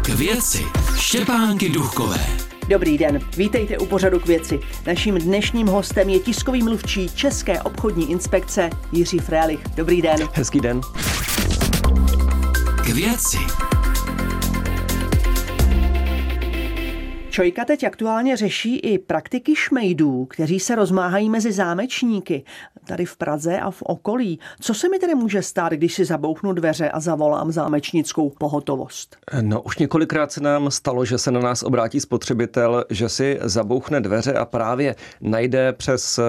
K věci Štěpánky Duchkové. Dobrý den, vítejte u pořadu K věci. Naším dnešním hostem je tiskový mluvčí České obchodní inspekce Jiří Frélich. Dobrý den. Hezký den. K věci. ČOIka teď aktuálně řeší i praktiky šmejdů, kteří se rozmáhají mezi zámečníky, tady v Praze a v okolí. Co se mi tedy může stát, když si zabouchnu dveře a zavolám zámečnickou pohotovost? No, už několikrát se nám stalo, že se na nás obrátí spotřebitel, že si zabouchne dveře a právě najde přes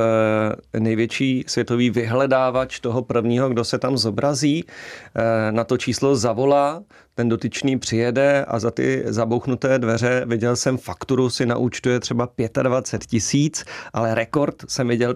největší světový vyhledávač toho prvního, kdo se tam zobrazí, na to číslo zavolá, ten dotyčný přijede a za ty zabouchnuté dveře, viděl jsem fakturu, si naúčtuje třeba 25 000, ale rekord jsem viděl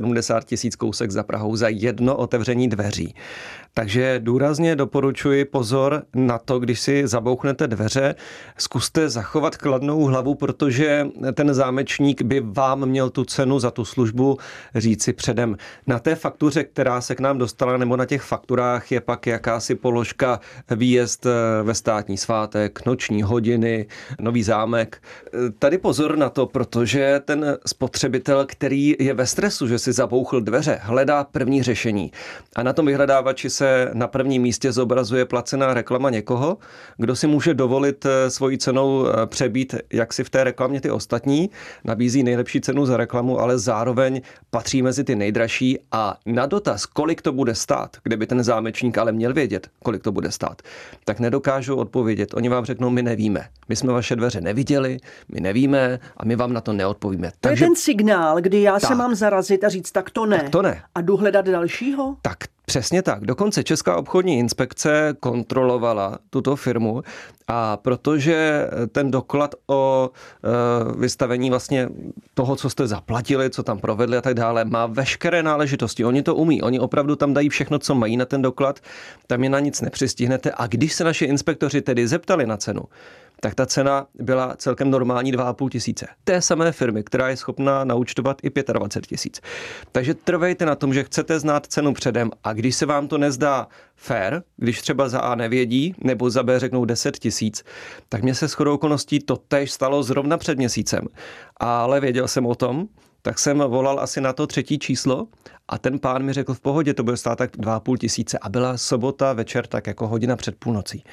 75 000 kousek za Prahou za jedno otevření dveří. Takže důrazně doporučuji pozor na to, když si zabouchnete dveře, zkuste zachovat kladnou hlavu, protože ten zámečník by vám měl tu cenu za tu službu říci předem. Na té faktuře, která se k nám dostala, nebo na těch fakturách je pak jakási položka výjezd ve státní svátek, noční hodiny, nový zámek. Tady pozor na to, protože ten spotřebitel, který je ve stresu, že si zabouchl dveře, hledá první řešení. A na tom vyhledávači se na prvním místě zobrazuje placená reklama někoho, kdo si může dovolit svojí cenou přebít, jak si v té reklamě ty ostatní, nabízí nejlepší cenu za reklamu, ale zároveň patří mezi ty nejdražší a na dotaz, kolik to bude stát, kdyby ten zámečník ale měl vědět, kolik to bude stát, tak nedokážou odpovědět. Oni vám řeknou, my nevíme. My jsme vaše dveře neviděli, my nevíme a my vám na to neodpovíme. To je ten signál, kdy já se mám zarazit a říct, tak to ne. Tak to ne. A jdu hledat dalšího? Tak přesně tak. Dokonce Česká obchodní inspekce kontrolovala tuto firmu a protože ten doklad o vystavení vlastně toho, co jste zaplatili, co tam provedli a tak dále, má veškeré náležitosti. Oni to umí. Oni opravdu tam dají všechno, co mají na ten doklad. Tam je na nic nepřistihnete. A když se naši inspektoři tedy zeptali na cenu, tak ta cena byla celkem normální 2 500. Té samé firmy, která je schopná naúčtovat i 25 000. Takže trvejte na tom, že chcete znát cenu předem a když se vám to nezdá fair, když třeba za A nevědí, nebo za B řeknou 10 000, tak mně se shodou okolností to též stalo zrovna před měsícem. Ale věděl jsem o tom, tak jsem volal asi na to třetí číslo a ten pán mi řekl v pohodě, to bude stát tak 2 500 a byla sobota večer tak jako hodina před půlnocí.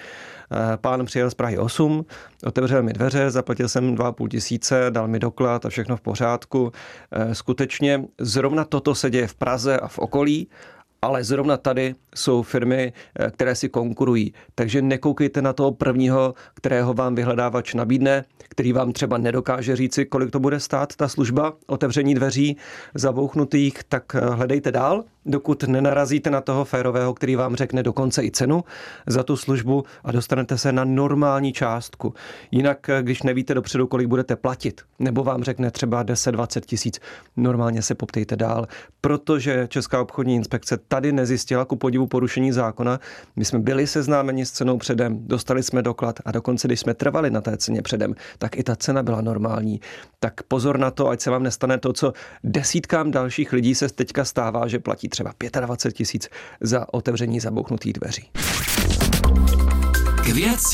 Pán přijel z Prahy 8, otevřel mi dveře, zaplatil jsem 2 500, dal mi doklad a všechno v pořádku. Skutečně zrovna toto se děje v Praze a v okolí, ale zrovna tady jsou firmy, které si konkurují. Takže nekoukejte na toho prvního, kterého vám vyhledávač nabídne, který vám třeba nedokáže říci, kolik to bude stát ta služba otevření dveří zabouchnutých, tak hledejte dál, dokud nenarazíte na toho férového, který vám řekne dokonce i cenu za tu službu a dostanete se na normální částku. Jinak, když nevíte dopředu, kolik budete platit, nebo vám řekne třeba 10-20 000, normálně se poptejte dál, protože Česká obchodní inspekce tady nezjistila ku podivu porušení zákona. My jsme byli seznámeni s cenou předem, dostali jsme doklad a dokonce, když jsme trvali na té ceně předem, tak i ta cena byla normální. Tak pozor na to, ať se vám nestane to, co desítkám dalších lidí se teďka stává, že platí třeba 25 000 za otevření zabouchnutých dveří. K věci.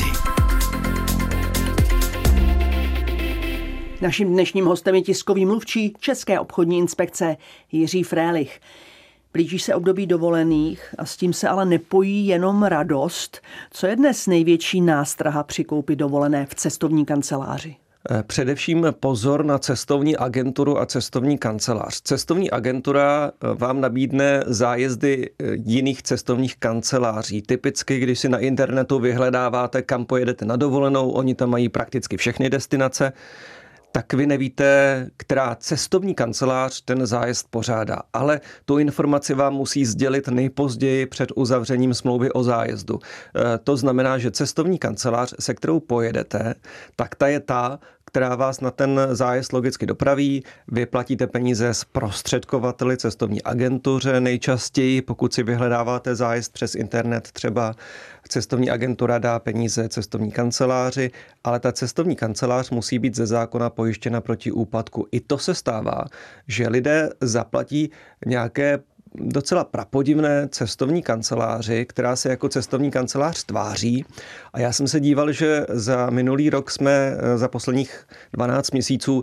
Naším dnešním hostem je tiskový mluvčí České obchodní inspekce Jiří Frélich. Blíží se období dovolených a s tím se ale nepojí jenom radost. Co je dnes největší nástraha při koupi dovolené v cestovní kanceláři? Především pozor na cestovní agenturu a cestovní kancelář. Cestovní agentura vám nabídne zájezdy jiných cestovních kanceláří. Typicky, když si na internetu vyhledáváte, kam pojedete na dovolenou, oni tam mají prakticky všechny destinace, tak vy nevíte, která cestovní kancelář ten zájezd pořádá. Ale tu informaci vám musí sdělit nejpozději před uzavřením smlouvy o zájezdu. To znamená, že cestovní kancelář, se kterou pojedete, tak ta je ta, která vás na ten zájezd logicky dopraví. Vy platíte peníze zprostředkovateli, cestovní agentuře nejčastěji, pokud si vyhledáváte zájezd přes internet, třeba cestovní agentura dá peníze cestovní kanceláři, ale ta cestovní kancelář musí být ze zákona pojištěna proti úpadku. I to se stává, že lidé zaplatí nějaké docela prapodivné cestovní kanceláři, která se jako cestovní kancelář tváří. A já jsem se díval, že za minulý rok jsme za posledních 12 měsíců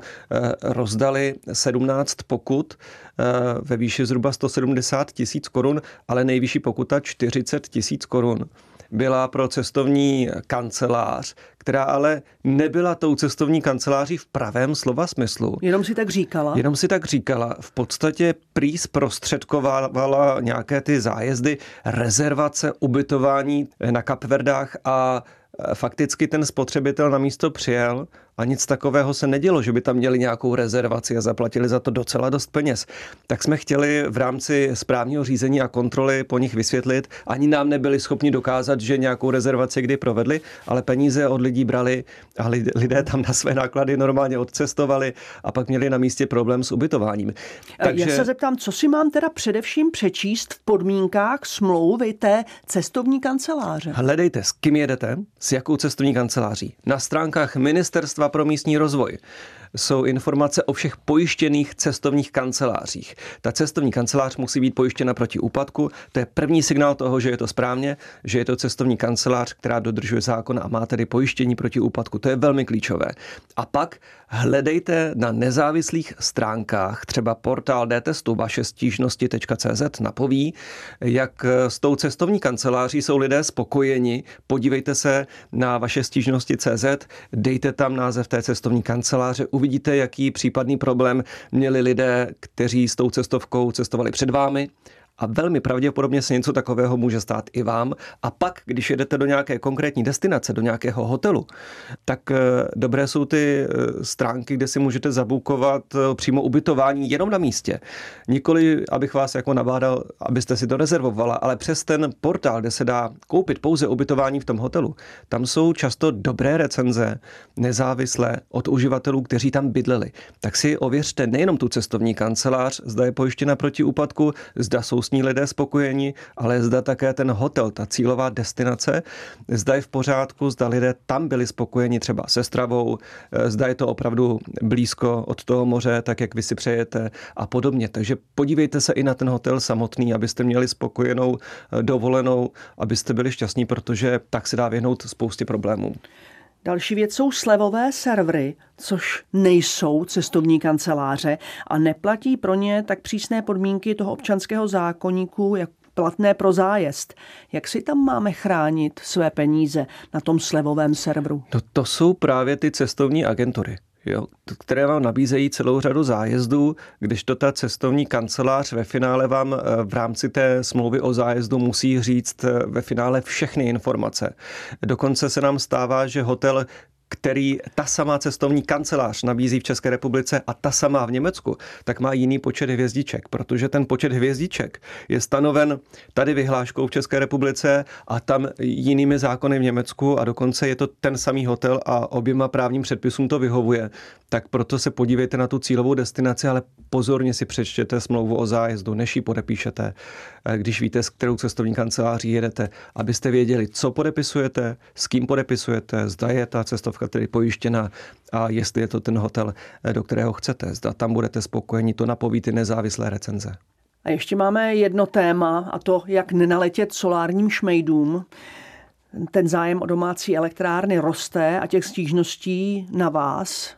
rozdali 17 pokut ve výši zhruba 170 000 korun, ale nejvyšší pokuta 40 000 korun byla pro cestovní kancelář, která ale nebyla tou cestovní kanceláří v pravém slova smyslu. Jenom si tak říkala? Jenom si tak říkala. V podstatě prý zprostředkovala nějaké ty zájezdy, rezervace, ubytování na Kapverdách a fakticky ten spotřebitel na místo přijel a nic takového se nedělo, že by tam měli nějakou rezervaci a zaplatili za to docela dost peněz. Tak jsme chtěli v rámci správního řízení a kontroly po nich vysvětlit. Ani nám nebyli schopni dokázat, že nějakou rezervaci kdy provedli, ale peníze od lidí brali a lidé tam na své náklady normálně odcestovali a pak měli na místě problém s ubytováním. Takže... Já se zeptám, co si mám teda především přečíst v podmínkách smlouvy té cestovní kanceláře? Hledejte, s kým jedete, s jakou cestovní kanceláří. Na stránkách Ministerstva pro místní rozvoj jsou informace o všech pojištěných cestovních kancelářích. Ta cestovní kancelář musí být pojištěna proti úpadku. To je první signál toho, že je to správně, že je to cestovní kancelář, která dodržuje zákon a má tedy pojištění proti úpadku. To je velmi klíčové. A pak hledejte na nezávislých stránkách, třeba portál dtestu vaše stížnosti.cz napoví, jak s tou cestovní kanceláří jsou lidé spokojeni. Podívejte se na vaše stížnosti.cz, dejte tam název té cestovní kanceláře, uvidíte, jaký případný problém měli lidé, kteří s tou cestovkou cestovali před vámi. A velmi pravděpodobně se něco takového může stát i vám. A pak, když jedete do nějaké konkrétní destinace, do nějakého hotelu, tak dobré jsou ty stránky, kde si můžete zabukovat přímo ubytování jenom na místě. Nikoli, abych vás jako nabádal, abyste si to rezervovala, ale přes ten portál, kde se dá koupit pouze ubytování v tom hotelu, tam jsou často dobré recenze, nezávislé od uživatelů, kteří tam bydleli. Tak si ověřte nejenom tu cestovní kancelář, zda je pojištěna proti úpadku, zda jsou s ní lidé spokojeni, ale zda také ten hotel, ta cílová destinace, zda je v pořádku, zda lidé tam byli spokojeni třeba se stravou, zda je to opravdu blízko od toho moře, tak jak vy si přejete a podobně. Takže podívejte se i na ten hotel samotný, abyste měli spokojenou dovolenou, abyste byli šťastní, protože tak se dá vyhnout spoustě problémů. Další věc jsou slevové servery, což nejsou cestovní kanceláře a neplatí pro ně tak přísné podmínky toho občanského zákoníku, jak platné pro zájezd. Jak si tam máme chránit své peníze na tom slevovém serveru? To jsou právě ty cestovní agentury, které vám nabízejí celou řadu zájezdů, když to ta cestovní kancelář ve finále vám v rámci té smlouvy o zájezdu musí říct ve finále všechny informace. Dokonce se nám stává, že hotel, který ta samá cestovní kancelář nabízí v České republice a ta samá v Německu, tak má jiný počet hvězdiček, protože ten počet hvězdiček je stanoven tady vyhláškou v České republice a tam jinými zákony v Německu a dokonce je to ten samý hotel a oběma právním předpisům to vyhovuje. Tak proto se podívejte na tu cílovou destinaci, ale pozorně si přečtěte smlouvu o zájezdu, než ji podepíšete, když víte, s kterou cestovní kanceláří jedete, abyste věděli, co podepisujete, s kým podepisujete, zda je ta cestovka tedy pojištěna a jestli je to ten hotel, do kterého chcete, zda tam budete spokojeni, to napoví ty nezávislé recenze. A ještě máme jedno téma, a to, jak nenaletět solárním šmejdům. Ten zájem o domácí elektrárny roste a těch stížností na vás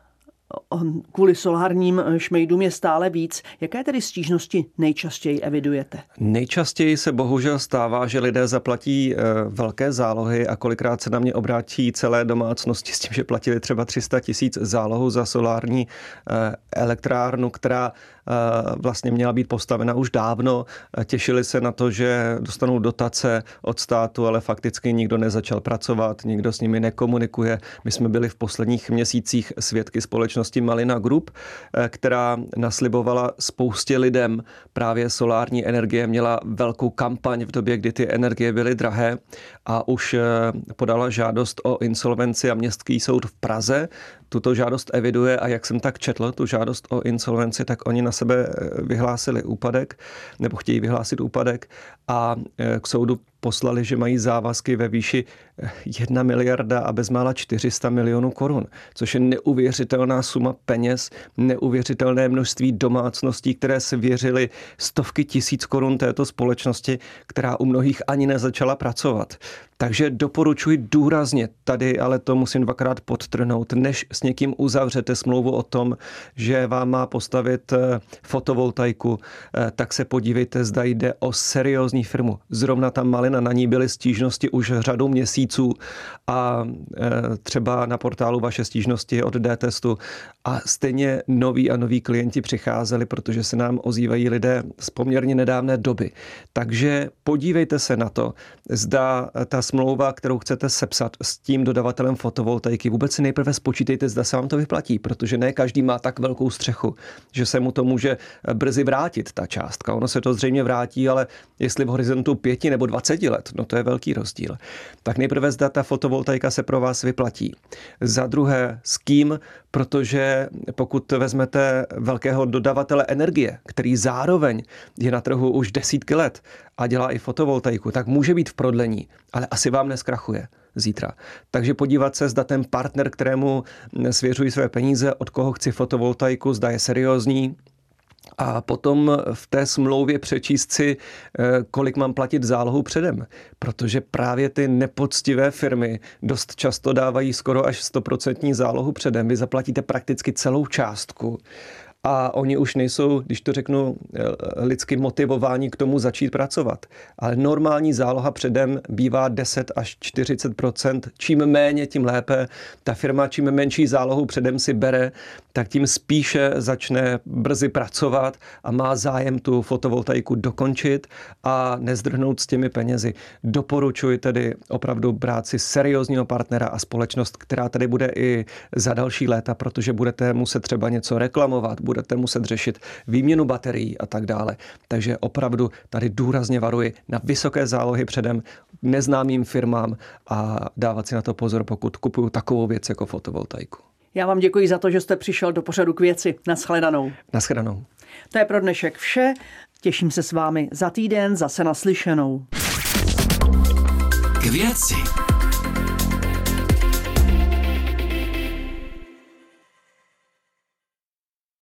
kvůli solárním šmejdům je stále víc. Jaké tedy stížnosti nejčastěji evidujete? Nejčastěji se bohužel stává, že lidé zaplatí velké zálohy a kolikrát se na mě obrátí celé domácnosti s tím, že platili třeba 300 000 zálohu za solární elektrárnu, která vlastně měla být postavena už dávno. Těšili se na to, že dostanou dotace od státu, ale fakticky nikdo nezačal pracovat, nikdo s nimi nekomunikuje. My jsme byli v posledních měsících svědky společnosti Malina Group, která naslibovala spoustě lidem právě solární energie, měla velkou kampaň v době, kdy ty energie byly drahé a už podala žádost o insolvenci a Městský soud v Praze tuto žádost eviduje a jak jsem tak četl, tu žádost o insolvenci, tak oni na sebe vyhlásili úpadek, nebo chtějí vyhlásit úpadek a k soudu poslali, že mají závazky ve výši 1 miliarda a bezmála 400 milionů korun, což je neuvěřitelná suma peněz, neuvěřitelné množství domácností, které se věřily stovky tisíc korun této společnosti, která u mnohých ani nezačala pracovat. Takže doporučuji důrazně tady, ale to musím dvakrát podtrhnout, než s někým uzavřete smlouvu o tom, že vám má postavit fotovoltaiku, tak se podívejte, zda jde o seriózní firmu. Zrovna ta Malina, na ní byly stížnosti už řadu měsíců a třeba na portálu Vaše stížnosti od D-testu a stejně noví a noví klienti přicházeli, protože se nám ozývají lidé z poměrně nedávné doby. Takže podívejte se na to, zda ta smlouva, kterou chcete sepsat s tím dodavatelem fotovoltaiky, vůbec si nejprve spočítejte, zda se vám to vyplatí, protože ne každý má tak velkou střechu, že se mu to může brzy vrátit, ta částka. Ono se to zřejmě vrátí, ale jestli v horizontu 5 nebo 20 let, no to je velký rozdíl. Tak nejprve zda ta fotovoltaika se pro vás vyplatí. Za druhé, s kým, protože pokud vezmete velkého dodavatele energie, který zároveň je na trhu už desítky let a dělá i fotovoltaiku, tak může být v prodlení, ale asi vám neskrachuje zítra. Takže podívat se, zda ten partner, kterému svěřují své peníze, od koho chci fotovoltaiku, zda je seriózní, a potom v té smlouvě přečíst si, kolik mám platit zálohu předem. Protože právě ty nepoctivé firmy dost často dávají skoro až 100% zálohu předem. Vy zaplatíte prakticky celou částku a oni už nejsou, když to řeknu, lidsky motivováni k tomu začít pracovat. Ale normální záloha předem bývá 10 až 40%. Čím méně, tím lépe. Ta firma, čím menší zálohu předem si bere, tak tím spíše začne brzy pracovat a má zájem tu fotovoltaiku dokončit a nezdrhnout s těmi penězi. Doporučuji tedy opravdu brát si seriózního partnera a společnost, která tady bude i za další léta, protože budete muset třeba něco reklamovat, budete muset řešit výměnu baterií a tak dále. Takže opravdu tady důrazně varuji na vysoké zálohy předem neznámým firmám a dávat si na to pozor, pokud kupuju takovou věc jako fotovoltaiku. Já vám děkuji za to, že jste přišel do pořadu K věci. Nashledanou. Nashledanou. To je pro dnešek vše. Těším se s vámi za týden zase naslyšenou. K věci.